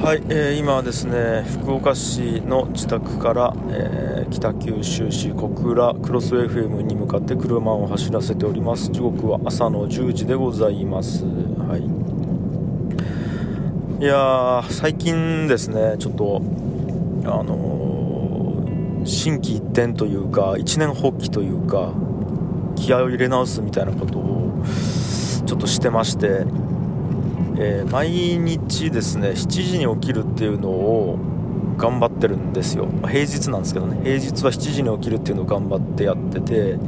はい、今はですね福岡市の自宅から、北九州市小倉クロス FM に向かって車を走らせております。時刻は朝の10時でございます。はい、いや最近ですねちょっと心機一転というか一年発起というか気合を入れ直すみたいなことをちょっとしてまして、毎日ですね7時に起きるっていうのを頑張ってるんですよ。平日なんですけどね、平日は7時に起きるっていうのを頑張ってやってて、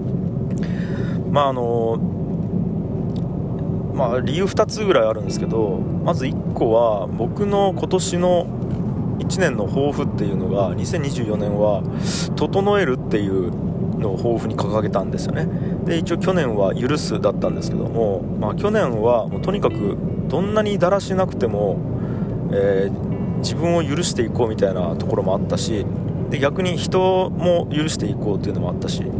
理由2つぐらいあるんですけど、まず1個は僕の今年の1年の抱負っていうのが2024年は整えるっていうのを抱負に掲げたんですよね。で一応去年は許すだったんですけども、去年はもうとにかくどんなにだらしなくても、自分を許していこうみたいなところもあったし、で逆に人も許していこうっていうのもあったし、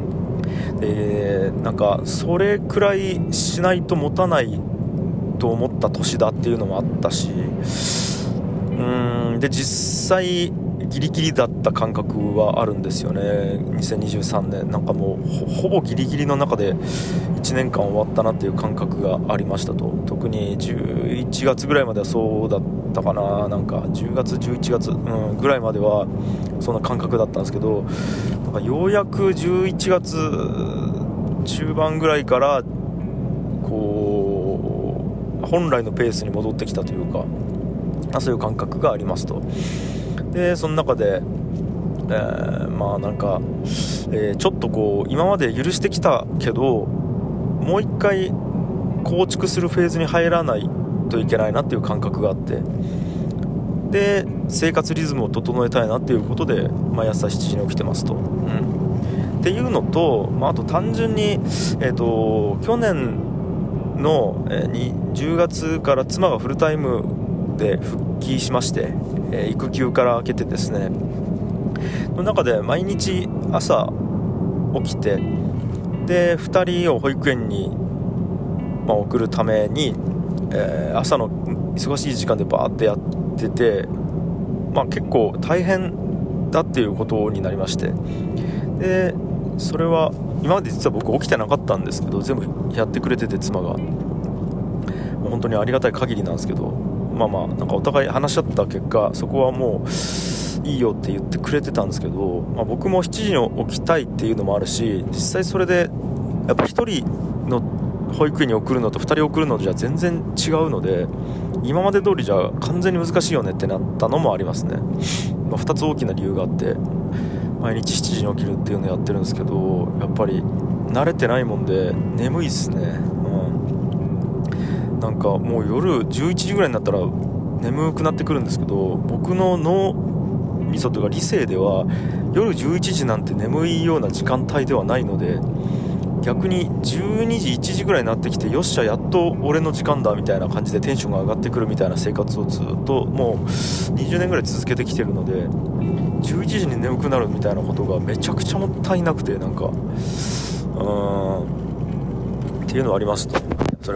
なんかそれくらいしないと持たないと思った年だっていうのもあったし、で実際ギリギリだった感覚はあるんですよね。2023年なんかもう ほぼギリギリの中で1年間終わったなっていう感覚がありましたと。特に11月ぐらいまではそうだったかな。なんか10月11月、ぐらいまではそんな感覚だったんですけど、なんかようやく11月中盤ぐらいからこう本来のペースに戻ってきたというか、そういう感覚がありますと。でその中で、ちょっとこう今まで許してきたけどもう一回構築するフェーズに入らないといけないなっていう感覚があって、で生活リズムを整えたいなっていうことで毎朝7時に起きてますと、っていうのと、あと単純に、去年の、10月から妻がフルタイムで復帰しまして、育休から明けてですね、の中で毎日朝起きて、で2人を保育園に、送るために、朝の忙しい時間でバーってやってて、結構大変だっていうことになりまして、でそれは今まで実は僕起きてなかったんですけど全部やってくれてて、妻がもう本当にありがたい限りなんですけど、なんかお互い話し合った結果そこはもういいよって言ってくれてたんですけど、僕も7時に起きたいっていうのもあるし、実際それでやっぱ1人の保育園に送るのと2人送るのじゃ全然違うので、今まで通りじゃ完全に難しいよねってなったのもありますね。2つ大きな理由があって毎日7時に起きるっていうのをやってるんですけど、やっぱり慣れてないもんで眠いっすね。なんかもう夜11時ぐらいになったら眠くなってくるんですけど、僕の脳みそというか理性では夜11時なんて眠いような時間帯ではないので、逆に12時1時ぐらいになってきてよっしゃやっと俺の時間だみたいな感じでテンションが上がってくるみたいな生活をずっともう20年ぐらい続けてきてるので、11時に眠くなるみたいなことがめちゃくちゃもったいなくて、なんかっていうのはありますと。それ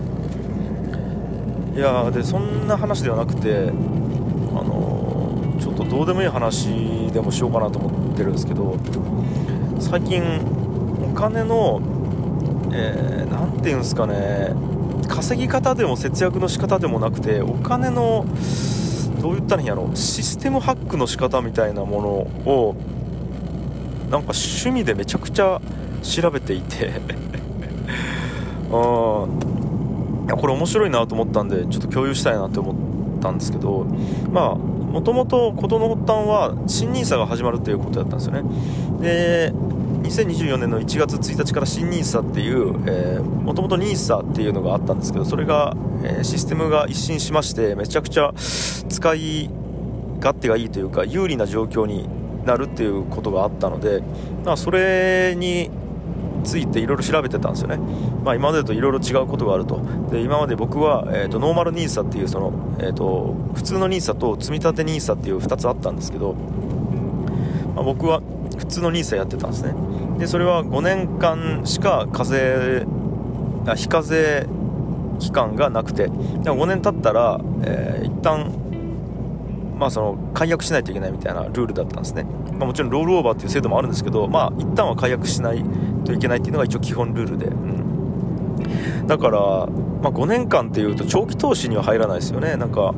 はいやでそんな話ではなくて、ちょっとどうでもいい話でもしようかなと思ってるんですけど、最近お金の、なんていうんですかね、稼ぎ方でも節約の仕方でもなくて、お金のどう言ったらいいんやろ、システムハックの仕方みたいなものをなんか趣味でめちゃくちゃ調べていてこれ面白いなと思ったんでちょっと共有したいなと思ったんですけど、もともと事の発端は新 NISA が始まるっていうことだったんですよね。で2024年の1月1日から新 NISA っていうもともと NISA っていうのがあったんですけど、それが、システムが一新しましてめちゃくちゃ使い勝手がいいというか有利な状況になるっていうことがあったので、それについていろいろ調べてたんですよね。今までといろいろ違うことがあると。で今まで僕は、ノーマル NISA っていうその、普通の NISA と積み立て NISA っていう2つあったんですけど、僕は普通の NISA やってたんですね。でそれは5年間しか非課税期間がなくて、5年経ったら、一旦その解約しないといけないみたいなルールだったんですね。もちろんロールオーバーっていう制度もあるんですけど、一旦は解約しないといけないっていうのが一応基本ルールで、だから、5年間っていうと長期投資には入らないですよね。なんか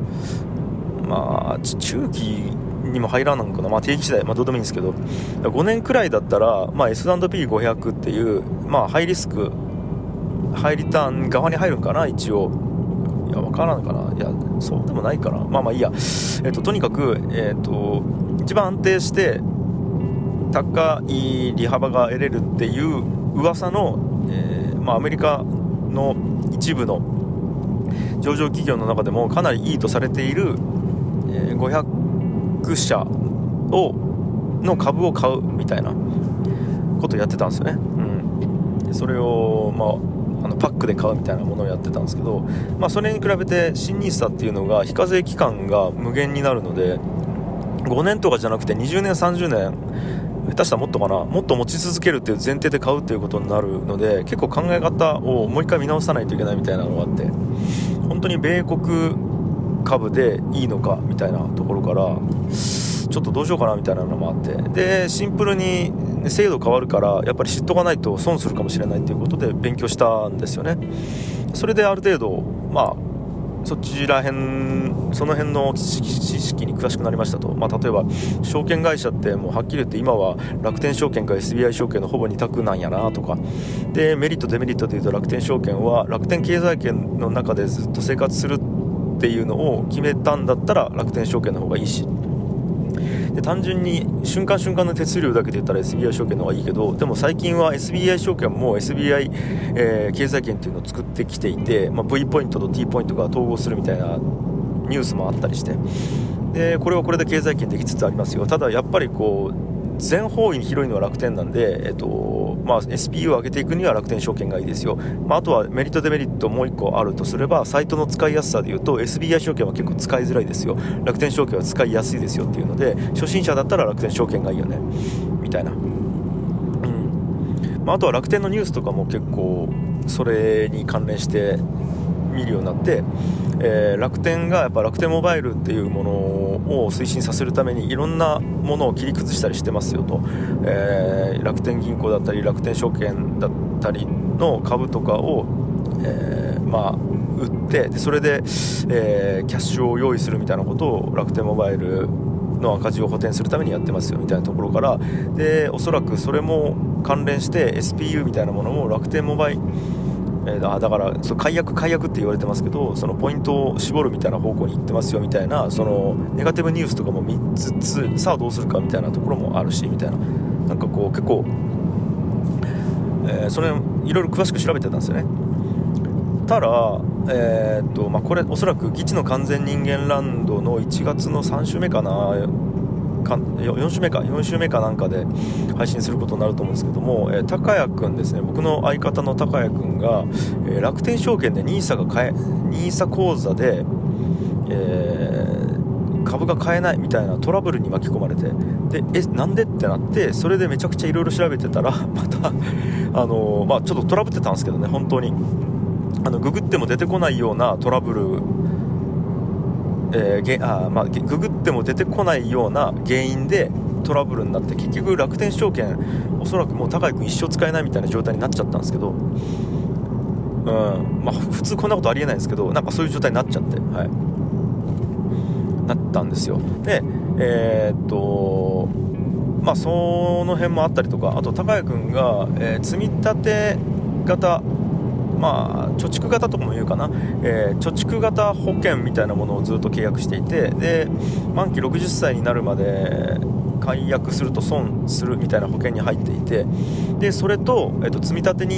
中期にも入らないのかな、定期次第、どうでもいいんですけど、5年くらいだったら、S&P500 っていう、ハイリスクハイリターン側に入るんかな、一応。いや、わからんかな、いや、そうでもないかな、いいや。とにかく、一番安定して高い利幅が得れるっていう噂の、アメリカの一部の上場企業の中でもかなりいいとされている、500社の株を買うみたいなことをやってたんですよね。でそれを、パックで買うみたいなものをやってたんですけど、それに比べて新NISAっていうのが非課税期間が無限になるので、5年とかじゃなくて20年30年下手したらもっとかな、もっと持ち続けるっていう前提で買うっていうことになるので、結構考え方をもう一回見直さないといけないみたいなのがあって、本当に米国株でいいのかみたいなところからちょっとどうしようかなみたいなのもあって、でシンプルに制度変わるからやっぱり知っとかないと損するかもしれないということで勉強したんですよね。それである程度その辺の知識に詳しくなりましたと。例えば証券会社ってもうはっきり言って今は楽天証券か SBI 証券のほぼ2択なんやなとかで、メリットデメリットでいうと楽天証券は楽天経済圏の中でずっと生活するっていうのを決めたんだったら楽天証券の方がいいし、で単純に瞬間瞬間の手数料だけで言ったら SBI 証券の方がいいけど、でも最近は SBI 証券も SBI、経済圏っていうのを作ってきていて、V ポイントと T ポイントが統合するみたいなニュースもあったりして、でこれはこれで経済圏できつつありますよ。ただやっぱり全方位に広いのは楽天なんで、SPU を上げていくには楽天証券がいいですよ。あとはメリットデメリットもう1個あるとすれば、サイトの使いやすさでいうと SBI 証券は結構使いづらいですよ、楽天証券は使いやすいですよっていうので、初心者だったら楽天証券がいいよねみたいな、あとは楽天のニュースとかも結構それに関連して見るようになって、楽天がやっぱ楽天モバイルっていうものを推進させるためにいろんなものを切り崩したりしてますよと、楽天銀行だったり楽天証券だったりの株とかを、売ってでそれで、キャッシュを用意するみたいなことを楽天モバイルの赤字を補填するためにやってますよみたいなところから、でおそらくそれも関連して SPU みたいなものも楽天モバイルだから解約って言われてますけど、そのポイントを絞るみたいな方向に行ってますよみたいな、そのネガティブニュースとかも見つつ、さあどうするかみたいなところもあるしみたいな、なんか結構、それいろいろ詳しく調べてたんですよね。ただ、これおそらくギチの完全人間ランドの1月の3週目かな4週目かなんかで配信することになると思うんですけども、高谷くんですね、僕の相方の高谷くんが、楽天証券で NISA 口座で、株が買えないみたいなトラブルに巻き込まれて、でなんでってなって、それでめちゃくちゃいろいろ調べてたらまたちょっとトラブってたんですけどね、本当にググっても出てこないようなトラブル、ググっても出てこないような原因でトラブルになって、結局楽天証券おそらくもう高井君一生使えないみたいな状態になっちゃったんですけど、普通こんなことありえないんですけど、なんかそういう状態になっちゃって、なったんですよ。でその辺もあったりとか、あと高谷君が、積み立て型、貯蓄型とかも言うかな、貯蓄型保険みたいなものをずっと契約していて、で満期60歳になるまで解約すると損するみたいな保険に入っていて、でそれと、積み立て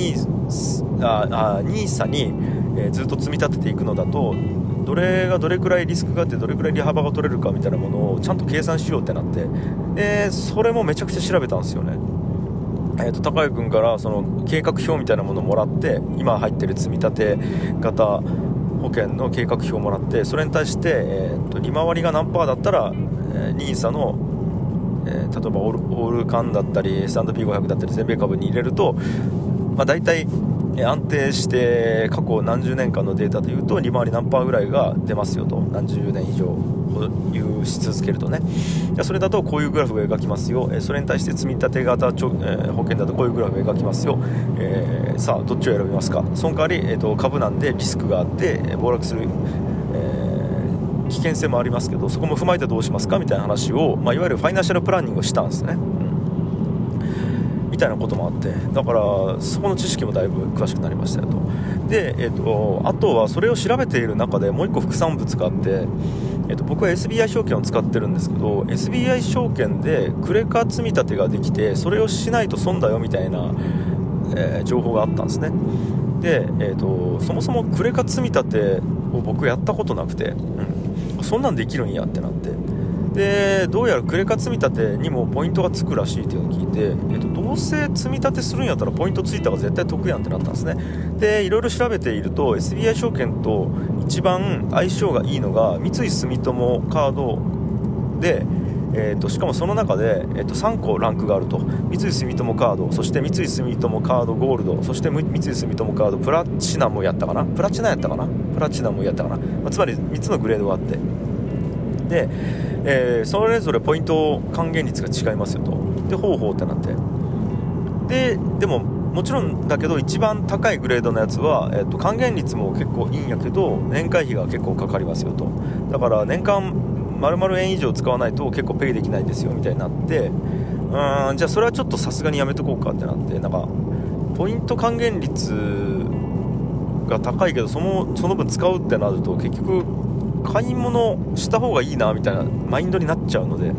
NISA に、ずっと積み立てていくのだと、どれくらいリスクがあってどれくらい利幅が取れるかみたいなものをちゃんと計算しようってなって、でそれもめちゃくちゃ調べたんですよね。高谷君からその計画表みたいなものをもらって、今入ってる積み立て型保険の計画表をもらって、それに対して、利回りが何パーだったら、NISA の、例えばオールカンだったり S&P500 だったり全米株に入れると、だいたい安定して過去何十年間のデータでいうと利回り何パーぐらいが出ますよと、何十年以上有し続けるとね。それだとこういうグラフが描きますよ、それに対して積立型保険だとこういうグラフが描きますよ、さあどっちを選びますか。その代わり、株なんでリスクがあって暴落する、危険性もありますけど、そこも踏まえてどうしますかみたいな話を、いわゆるファイナンシャルプランニングをしたんですね、みたいなこともあって、だからそこの知識もだいぶ詳しくなりましたよと。で、あとはそれを調べている中でもう一個副産物があって、僕は SBI 証券を使ってるんですけど、 SBI 証券でクレカ積み立てができて、それをしないと損だよみたいな、情報があったんですね。で、そもそもクレカ積み立てを僕やったことなくて、そんなんできるんやってなって、でどうやらクレカ積み立てにもポイントがつくらしいっていうのを聞いて、どうせ積み立てするんやったらポイントついた方が絶対得やんってなったんですね。でいろいろ調べていると SBI 証券と一番相性がいいのが三井住友カードで、しかもその中で、3個ランクがあると。三井住友カード、そして三井住友カードゴールド、そして三井住友カードプラチナもやったかな、プラチナもやったかな、つまり3つのグレードがあって、で、それぞれポイント還元率が違いますよと。でほうってなって、でももちろんだけど一番高いグレードのやつは、還元率も結構いいんやけど年会費が結構かかりますよと。だから年間丸々円以上使わないと結構ペイできないですよみたいになって、じゃあそれはちょっとさすがにやめとこうかってなって、なんかポイント還元率が高いけどその分使うってなると結局買い物した方がいいなみたいなマインドになっちゃうので、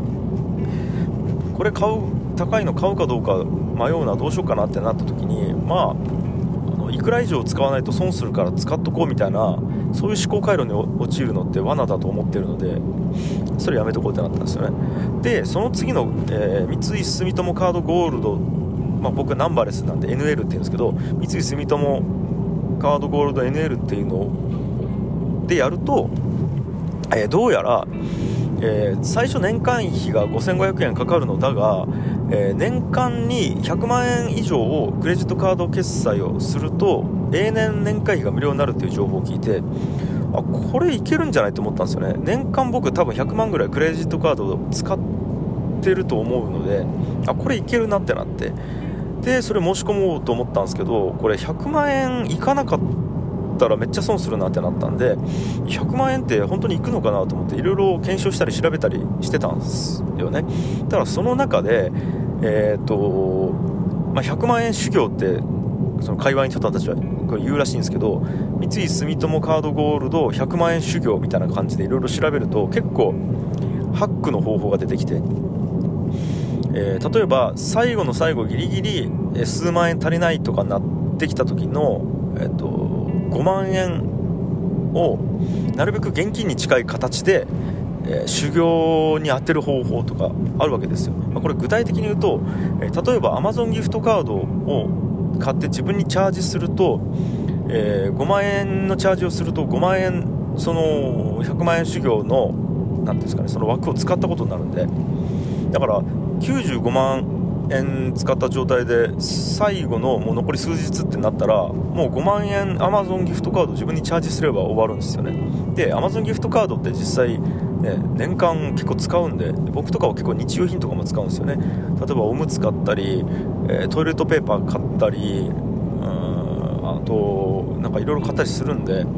これ高いの買うかどうか迷うな、どうしようかなってなった時に、いくら以上使わないと損するから使っとこうみたいな、そういう思考回路に陥るのって罠だと思ってるので、それやめとこうってなったんですよね。でその次の、三井住友カードゴールド、僕はナンバーレスなんで NL って言うんですけど、三井住友カードゴールド NL っていうのでやると、どうやら、最初年間費が5500円かかるのだが、年間に100万円以上をクレジットカード決済をすると永年年会費が無料になるっていう情報を聞いて、これいけるんじゃないと思ったんですよね。年間僕多分100万ぐらいクレジットカードを使ってると思うので、これいけるなってなって、でそれ申し込もうと思ったんですけど、これ100万円いかなかったらめっちゃ損するなってなったんで、100万円って本当にいくのかなと思っていろいろ検証したり調べたりしてたんですよね。ただその中で、100万円修行ってその界隈の人たちはこれ言うらしいんですけど、三井住友カードゴールド100万円修行みたいな感じでいろいろ調べると結構ハックの方法が出てきて、例えば最後の最後ギリギリ数万円足りないとかなってきた時の、5万円をなるべく現金に近い形で、修行に当てる方法とかあるわけですよ。これ具体的に言うと、例えば Amazon ギフトカードを買って自分にチャージすると、5万円のチャージをすると5万円その100万円修行のなんていうんですかね、その枠を使ったことになるんで、だから95万円使った状態で最後のもう残り数日ってなったらもう5万円 Amazon ギフトカード自分にチャージすれば終わるんですよね。で Amazon ギフトカードって実際、年間結構使うんで、僕とかは結構日用品とかも使うんですよね。例えばおむつ買ったり、トイレットペーパー買ったり、あとなんかいろいろ買ったりするんで、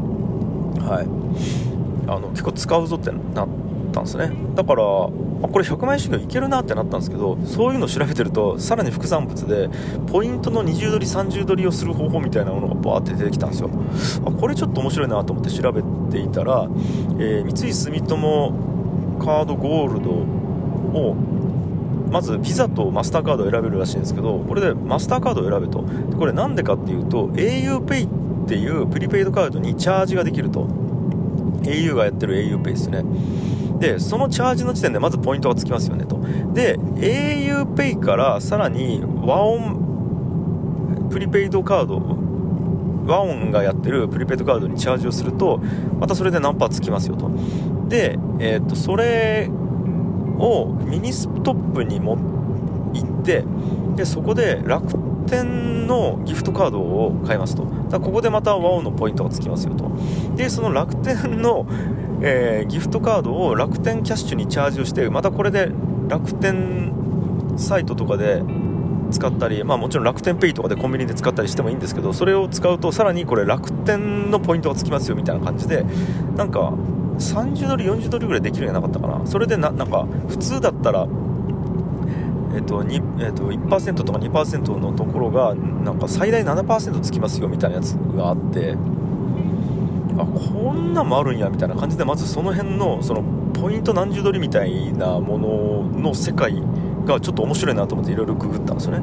結構使うぞってなったんですね。だからこれ100万円修行いけるなってなったんですけど、そういうのを調べてるとさらに副産物でポイントの20取り30取りをする方法みたいなものがバーって出てきたんですよ。これちょっと面白いなと思って調べていたら、三井住友カードゴールドをまずビザとマスターカードを選べるらしいんですけど、これでマスターカードを選べと。これなんでかっていうと auPay っていうプリペイドカードにチャージができると。 au がやってる auPay ですね。でそのチャージの時点でまずポイントがつきますよねと。で auPay からさらに和音プリペイドカード、和音がやってるプリペイドカードにチャージをするとまたそれで何パーつきますよと。で、それをミニストップに行って、でそこで楽天のギフトカードを買いますと。だからここでまたワオのポイントがつきますよと。でその楽天の、ギフトカードを楽天キャッシュにチャージをして、またこれで楽天サイトとかで使ったり、もちろん楽天ペイとかでコンビニで使ったりしてもいいんですけど、それを使うとさらにこれ楽天のポイントがつきますよみたいな感じで、なんか30ドル40ドルぐらいできるんじゃなかったかな。それでなんか普通だったら1% とか 2% のところがなんか最大 7% つきますよみたいなやつがあって、こんなんもあるんやみたいな感じで、まずその辺のそのポイント何十ドルみたいなものの世界がちょっと面白いなと思っていろいろググったんですよね。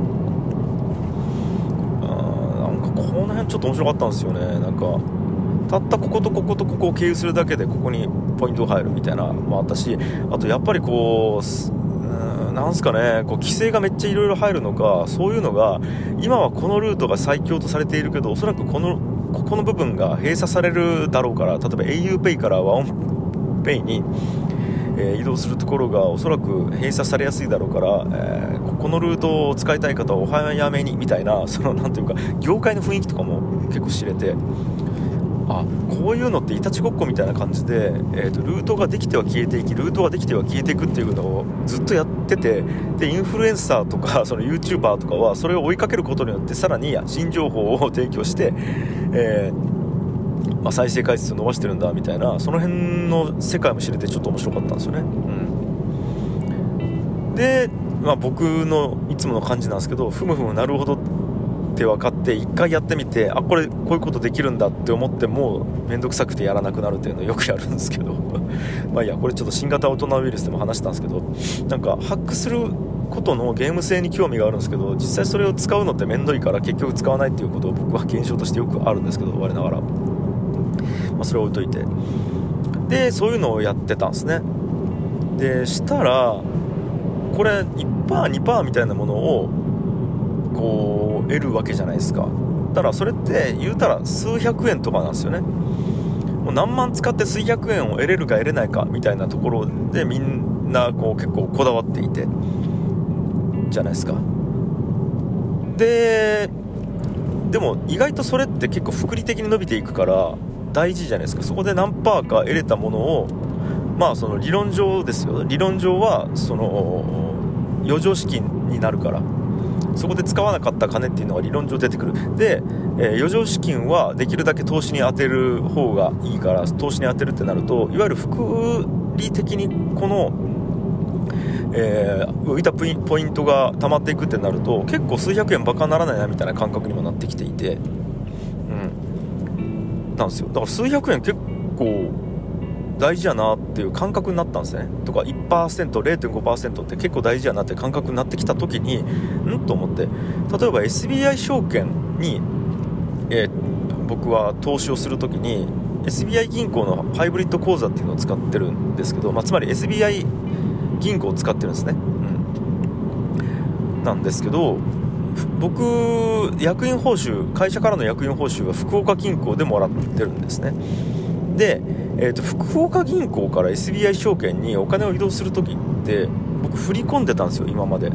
なんかこの辺ちょっと面白かったんですよね。なんかたったこことこことここを経由するだけでここにポイントが入るみたいなのもあったし、あとやっぱりこうなんすかね、こう規制がめっちゃいろいろ入るのか、そういうのが今はこのルートが最強とされているけど、おそらくここの部分が閉鎖されるだろうから、例えば auPay からワオンペイに、移動するところがおそらく閉鎖されやすいだろうから、このルートを使いたい方はお早めにみたいな、そのなんていうか業界の雰囲気とかも結構知れて、こういうのっていたちごっこみたいな感じで、ルートができては消えていき、ルートができては消えていくっていうのをずっとやってて、でインフルエンサーとかその YouTuber とかはそれを追いかけることによってさらに新情報を提供して、再生回数を伸ばしてるんだみたいな、その辺の世界も知れてちょっと面白かったんですよね。で、僕のいつもの感じなんですけど、ふむふむなるほどって分かって1回やってみて、こういうことできるんだって思ってもめんどくさくてやらなくなるっていうのをよくやるんですけどこれちょっと新型オトナウイルスでも話したんですけど、なんかハックすることのゲーム性に興味があるんですけど、実際それを使うのってめんどいから結局使わないっていうことを僕は現象としてよくあるんですけど、我ながら、それを置いといて、でそういうのをやってたんですね。でしたらこれ 1%2% みたいなものをこう得るわけじゃないですか。だからそれって言うたら数百円とかなんですよね。もう何万使って数百円を得れるか得れないかみたいなところでみんなこう結構こだわっていてじゃないですか。でも意外とそれって結構複利的に伸びていくから大事じゃないですか。そこで何パーか得れたものを、その理論上ですよ、理論上はその余剰資金になるから、そこで使わなかった金っていうのが理論上出てくる。で、余剰資金はできるだけ投資に当てる方がいいから、投資に当てるってなると、いわゆる複利的にこの、浮いたポイントが溜まっていくってなると、結構数百円バカにならないなみたいな感覚にもなってきていて、なんですよ。だから数百円結構大事やなっていう感覚になったんですね。とか 1%、0.5% って結構大事やなって感覚になってきた時にと思って、例えば SBI 証券に、僕は投資をする時に SBI 銀行のハイブリッド口座っていうのを使ってるんですけど、つまり SBI 銀行を使ってるんですね。なんですけど、僕役員報酬、会社からの役員報酬は福岡銀行でもらってるんですね。で、福岡銀行から SBI 証券にお金を移動するときって僕振り込んでたんですよ、今まで。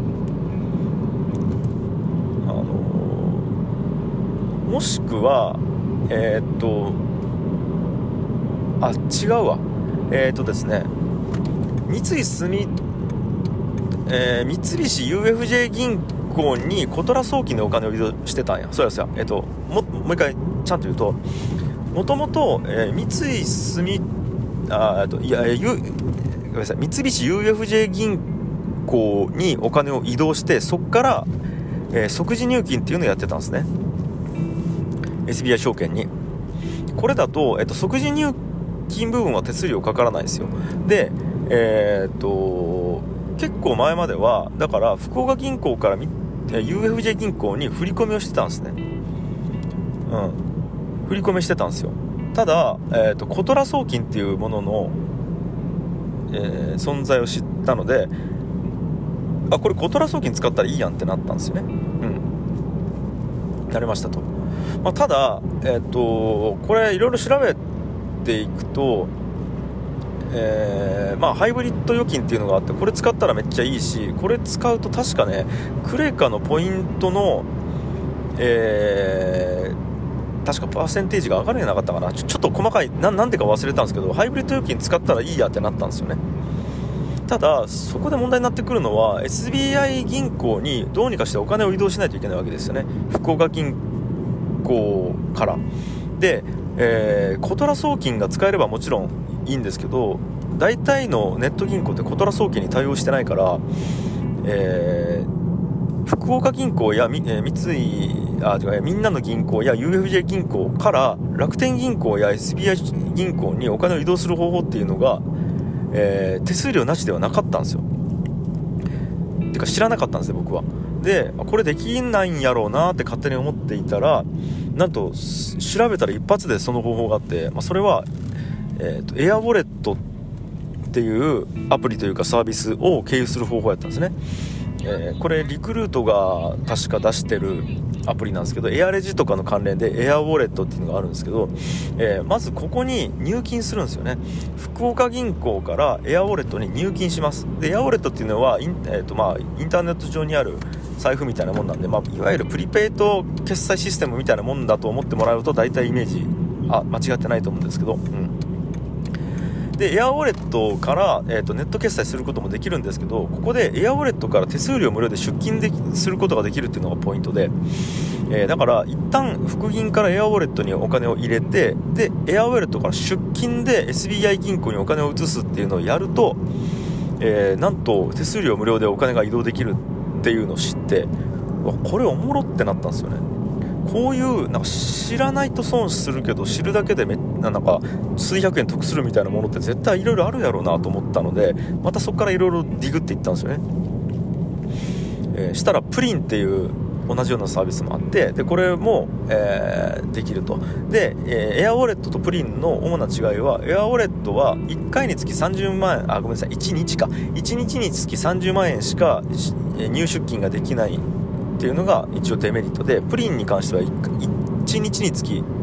もしくは違うわ、ですね、三菱 UFJ 銀行にコトラ早期のお金を移動してたんや。そうですよ。もう一回ちゃんと言うと、もともと三菱 UFJ 銀行にお金を移動して、そこから、即時入金っていうのをやってたんですね、 SBI 証券に。これだと、即時入金部分は手数料かからないんですよ。で、結構前まではだから福岡銀行からUFJ 銀行に振り込みをしてたんですね。振り込みしてたんですよ。ただ、コトラ送金っていうものの、存在を知ったので、これコトラ送金使ったらいいやんってなったんですよね。なりましたと。ただ、これいろいろ調べていくと、ハイブリッド預金っていうのがあって、これ使ったらめっちゃいいし、これ使うと確かね、クレカのポイントの、 確かパーセンテージが上がるんじゃなかったかな。ちょっと細かいなんでか忘れたんですけど、ハイブリッド預金使ったらいいやってなったんですよね。ただそこで問題になってくるのは SBI 銀行にどうにかしてお金を移動しないといけないわけですよね、福岡銀行からで、コトラ送金が使えればもちろんいいんですけど、大体のネット銀行ってコトラ送金に対応してないから、福岡銀行やみんなの銀行や UFJ 銀行から楽天銀行や SBI 銀行にお金を移動する方法っていうのが、手数料なしではなかったんですよ。てか知らなかったんですよ僕は。でこれできないんやろうなって勝手に思っていたら、なんと調べたら一発でその方法があって、それは、エアウォレットっていうアプリというかサービスを経由する方法やったんですね。これリクルートが確か出してるアプリなんですけど、エアレジとかの関連でエアウォレットっていうのがあるんですけど、まずここに入金するんですよね。福岡銀行からエアウォレットに入金します。でエアウォレットっていうのはインターネット上にある財布みたいなもんなんで、いわゆるプリペイト決済システムみたいなもんだと思ってもらうと大体イメージ間違ってないと思うんですけど、でエアウォレットから、ネット決済することもできるんですけど、ここでエアウォレットから手数料無料で出金することができるっていうのがポイントで、だから一旦福銀からエアウォレットにお金を入れて、でエアウォレットから出金で SBI 銀行にお金を移すっていうのをやると、なんと手数料無料でお金が移動できるっていうのを知って、これおもろってなったんですよね。こういうなんか知らないと損するけど知るだけでなんか数百円得するみたいなものって絶対いろいろあるやろうなと思ったので、またそこからいろいろディグっていったんですよね。したらプリンっていう同じようなサービスもあって、でこれも、できると。で、エアウォレットとプリンの主な違いは、エアウォレットは1回につき30万円ごめんなさい1日につき30万円しか入出金ができないっていうのが一応デメリットで、プリンに関しては1日につき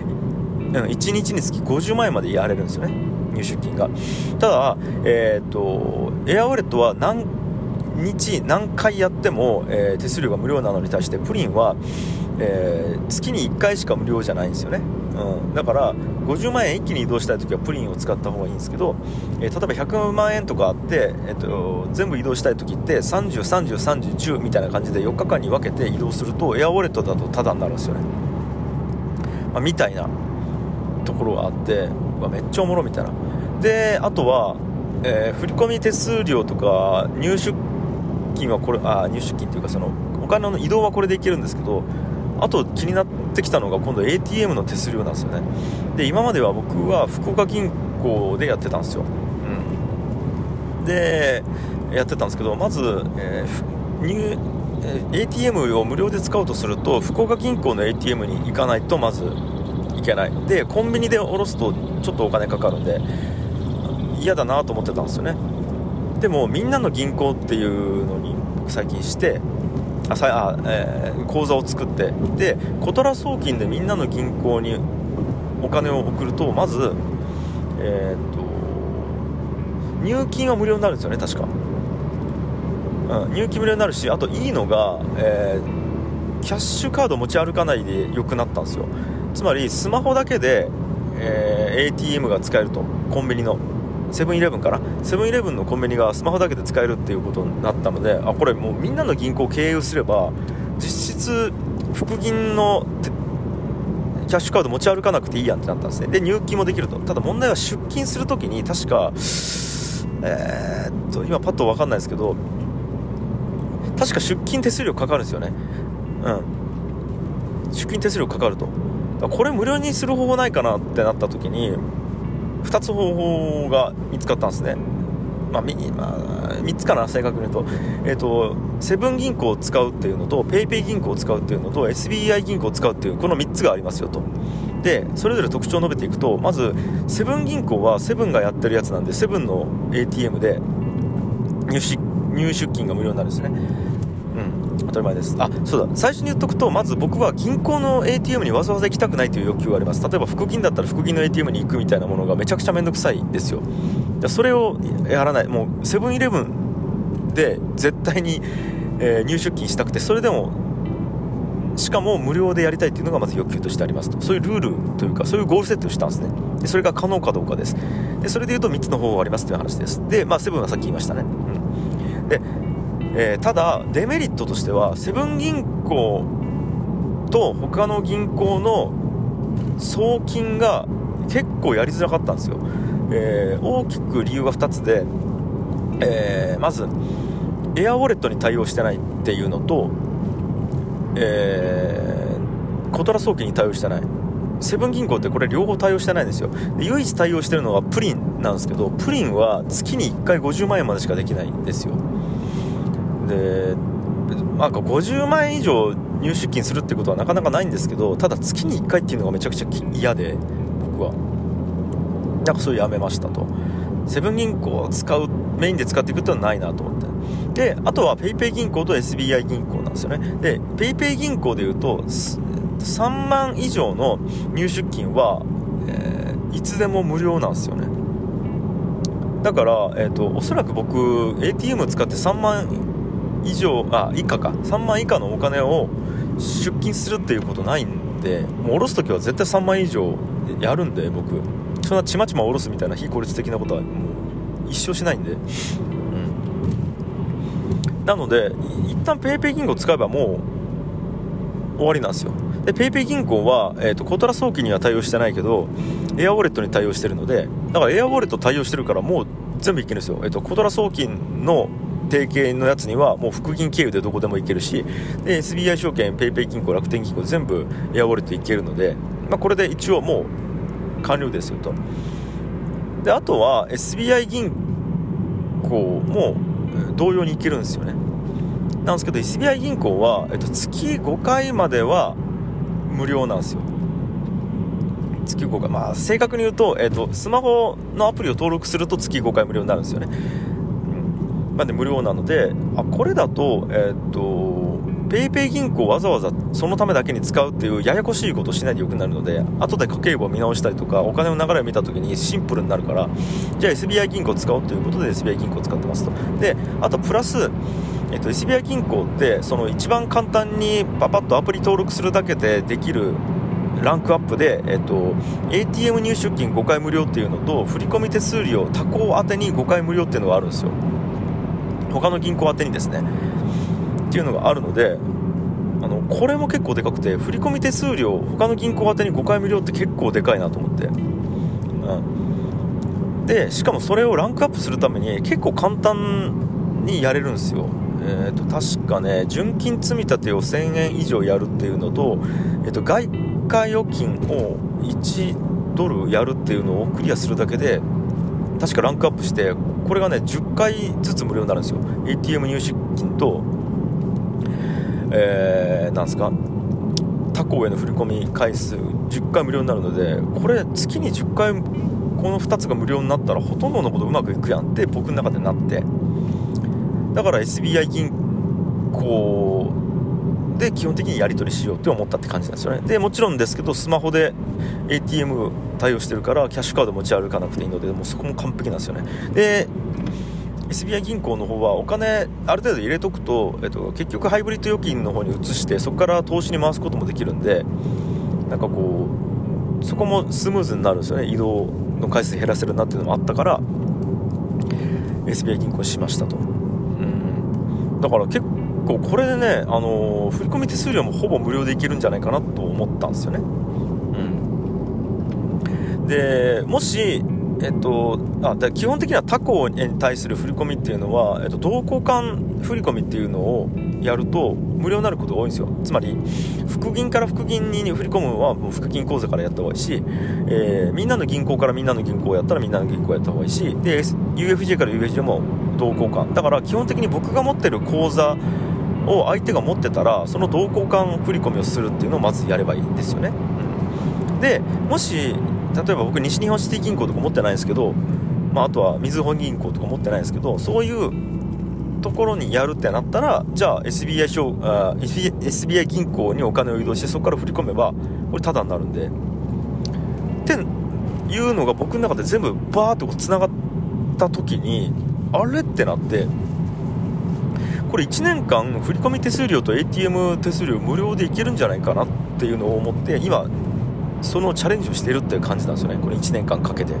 50万円までやれるんですよね、入出金が。ただ、エアウォレットは何回やっても、手数料が無料なのに対して、プリンは、月に1回しか無料じゃないんですよね。だから50万円一気に移動したいときはプリンを使った方がいいんですけど、例えば100万円とかあって、全部移動したいときって30、30、30、10みたいな感じで4日間に分けて移動すると、エアウォレットだとタダになるんですよね。みたいなところがあって、めっちゃおもろみたいな。であとは、振込手数料とか入出金はこれ入出金というか、そのお金の移動はこれでいけるんですけど、あと気になってきたのが今度 ATM の手数料なんですよね。で今までは僕は福岡銀行でやってたんですよ。でやってたんですけど、まず、ATM を無料で使おうとすると福岡銀行の ATM に行かないとまずいけない。でコンビニで下ろすとちょっとお金かかるんで嫌だなと思ってたんですよね。でもみんなの銀行っていうのに最近して口座を作って、でコトラ送金でみんなの銀行にお金を送ると、まず、入金は無料になるんですよね確か。入金無料になるし、あといいのが、キャッシュカード持ち歩かないで良くなったんですよ。つまりスマホだけで、ATM が使えると。コンビニのセブンイレブンかな、セブンイレブンのコンビニがスマホだけで使えるっていうことになったので、これもうみんなの銀行を経由すれば実質福銀のキャッシュカード持ち歩かなくていいやんってなったんですね。で入金もできると。ただ問題は出金するときに確か今パッと分かんないですけど、確か出金手数料かかるんですよね。出金手数料かかると。これ無料にする方法ないかなってなったときに2つ方法が見つかったんですね。3つかな正確に言うと、セブン銀行を使うっていうのとペイペイ銀行を使うっていうのと SBI 銀行を使うっていうこの3つがありますよと。でそれぞれ特徴を述べていくと、まずセブン銀行はセブンがやってるやつなんで、セブンの ATM で入出金が無料になるんですね。当たり前です。そうだ、最初に言っとくと、まず僕は銀行の ATM にわざわざ行きたくないという欲求があります。例えば福銀だったら福銀の ATM に行くみたいなものがめちゃくちゃめんどくさいんですよ。それをやらない。もうセブンイレブンで絶対に、入出金したくて、それでもしかも無料でやりたいっていうのがまず欲求としてありますと。そういうルールというか、そういうゴール設定をしたんですね。でそれが可能かどうかです。でそれでいうと3つの方法がありますという話です。で、セブンはさっき言いましたね。で、ただデメリットとしては、セブン銀行と他の銀行の送金が結構やりづらかったんですよ。大きく理由は2つで、まずエアウォレットに対応してないっていうのと、コトラ送金に対応してない。セブン銀行ってこれ両方対応してないんですよ。で唯一対応してるのがプリンなんですけど、プリンは月に1回50万円までしかできないんですよ。で50万円以上入出金するってことはなかなかないんですけど、ただ月に1回っていうのがめちゃくちゃ嫌で、僕はそういうやめましたと。セブン銀行をメインで使っていくってのはないなと思って。であとはペイペイ銀行と SBI 銀行なんですよね。でペイペイ銀行でいうと3万以上の入出金は、いつでも無料なんですよね。だから、おそらく僕 ATM 使って3万以下3万以下のお金を出金するっていうことないんで、もう下ろすときは絶対3万以上やるんで、僕そんなちまちま下ろすみたいな非効率的なことはもう一生しないんで、なので一旦ペイペイ銀行使えばもう終わりなんですよ。でペイペイ銀行は、コトラ送金には対応してないけどエアウォレットに対応してるので、だからエアウォレット対応してるからもう全部いけるんですよ。コトラ送金の提携のやつにはもう副銀経由でどこでもいけるし、で SBI 証券、ペイペイ銀行、楽天銀行全部エアウォレットいけるので、これで一応もう完了ですよと。であとは SBI 銀行も同様にいけるんですよね。なんですけど SBI 銀行は、月5回までは無料なんですよ。月5回、正確に言うと、スマホのアプリを登録すると月5回無料になるんですよね。で無料なので、これだとペイペイ銀行をわざわざそのためだけに使うっていうややこしいことをしないでよくなるので、後で家計簿を見直したりとかお金の流れを見たときにシンプルになるから、じゃあ SBI 銀行を使おうということで SBI 銀行を使ってますと。であとプラス、SBI 銀行ってその一番簡単にパパッとアプリ登録するだけでできるランクアップで、ATM 入出金5回無料っていうのと、振込手数料他行宛てに5回無料っていうのがあるんですよ。他の銀行宛てにですねっていうのがあるので、これも結構でかくて、振込手数料他の銀行宛てに5回無料って結構でかいなと思って、でしかもそれをランクアップするために結構簡単にやれるんですよ。確かね、純金積み立てを1000円以上やるっていうのと、外貨預金を1ドルやるっていうのをクリアするだけで確かランクアップして、これがね10回ずつ無料になるんですよ。 ATM 入出金と、なんすか他行への振り込み回数10回無料になるので、これ月に10回この2つが無料になったらほとんどのことうまくいくやんって僕の中でなって、だから SBI 銀行で基本的にやり取りしようって思ったって感じなんですよね。でもちろんですけどスマホで ATM 対応してるからキャッシュカード持ち歩かなくていいので、もうそこも完璧なんですよね。で SBI 銀行の方はお金ある程度入れとくと、結局ハイブリッド預金の方に移してそこから投資に回すこともできるんで、なんかこうそこもスムーズになるんですよね。移動の回数減らせるなっていうのもあったから SBI 銀行にしましたと。だから結構これでね、振込手数料もほぼ無料でいけるんじゃないかなと思ったんですよね。でもし基本的には他行に対する振り込みっていうのは、同交換振り込みっていうのをやると無料になることが多いんですよ。つまり副銀から副銀に振り込むのはもう副銀口座からやった方がいいし、みんなの銀行からみんなの銀行をやったらみんなの銀行をやった方がいいし、で UFJ から UFJ も同交換だから、基本的に僕が持ってる口座を相手が持ってたらその同交換振り込みをするっていうのをまずやればいいんですよね。でもし例えば僕西日本シティ銀行とか持ってないんですけど、あとはみずほ銀行とか持ってないんですけど、そういうところにやるってなったら、じゃあ SBI 銀行にお金を移動してそこから振り込めばこれタダになるんでっていうのが僕の中で全部バーッとつながった時に、あれってなって、 これ1年間振込手数料と ATM 手数料無料でいけるんじゃないかなっていうのを思って、今そのチャレンジをしているっていう感じなんですよね、これ1年間かけて、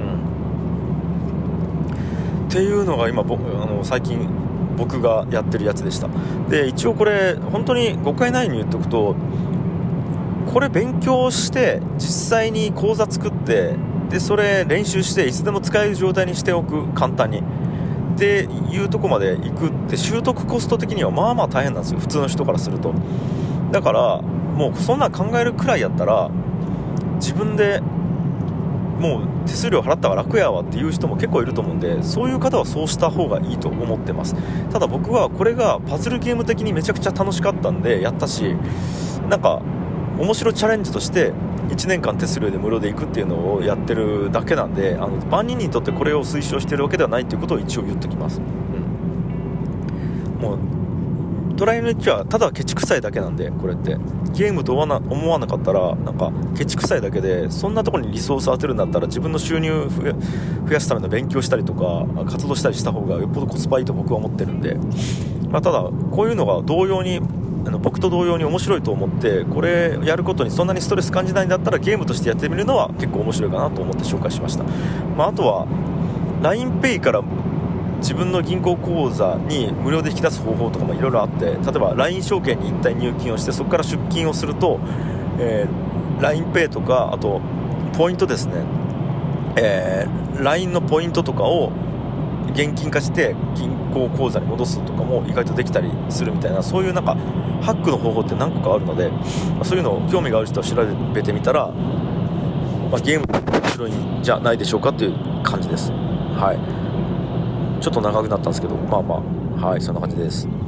っていうのが今最近僕がやってるやつでした。で一応これ本当に誤解ないように言っておくと、これ勉強して実際に講座作って、でそれ練習していつでも使える状態にしておく、簡単にっていうとこまで行くって習得コスト的にはまあまあ大変なんですよ、普通の人からすると。だからもうそんな考えるくらいやったら自分でもう手数料払った方が楽やわっていう人も結構いると思うんで、そういう方はそうした方がいいと思ってます。ただ僕はこれがパズルゲーム的にめちゃくちゃ楽しかったんでやったし、なんか面白いチャレンジとして1年間手数料で無料で行くっていうのをやってるだけなんで、万人にとってこれを推奨してるわけではないということを一応言っておきます。もうトライのうちはただケチくさいだけなんで、これってゲームと思わなかったらなんかケチくさいだけで、そんなところにリソース当てるんだったら自分の収入増やすための勉強したりとか活動したりした方がよっぽどコスパいいと僕は思ってるんで、ただこういうのが同様に僕と同様に面白いと思って、これやることにそんなにストレス感じないんだったらゲームとしてやってみるのは結構面白いかなと思って紹介しました。あとは LINEPay から自分の銀行口座に無料で引き出す方法とかもいろいろあって、例えば LINE 証券に一体入金をしてそこから出金をすると、LINEPay とかあとポイントですね、LINE のポイントとかを現金化して銀行口座に戻すとかも意外とできたりするみたいな、そういうなんかハックの方法って何個かあるので、そういうのを興味がある人は調べてみたら、ゲーム面白いんじゃないでしょうかという感じです。はい、ちょっと長くなったんですけど、はい、そんな感じです。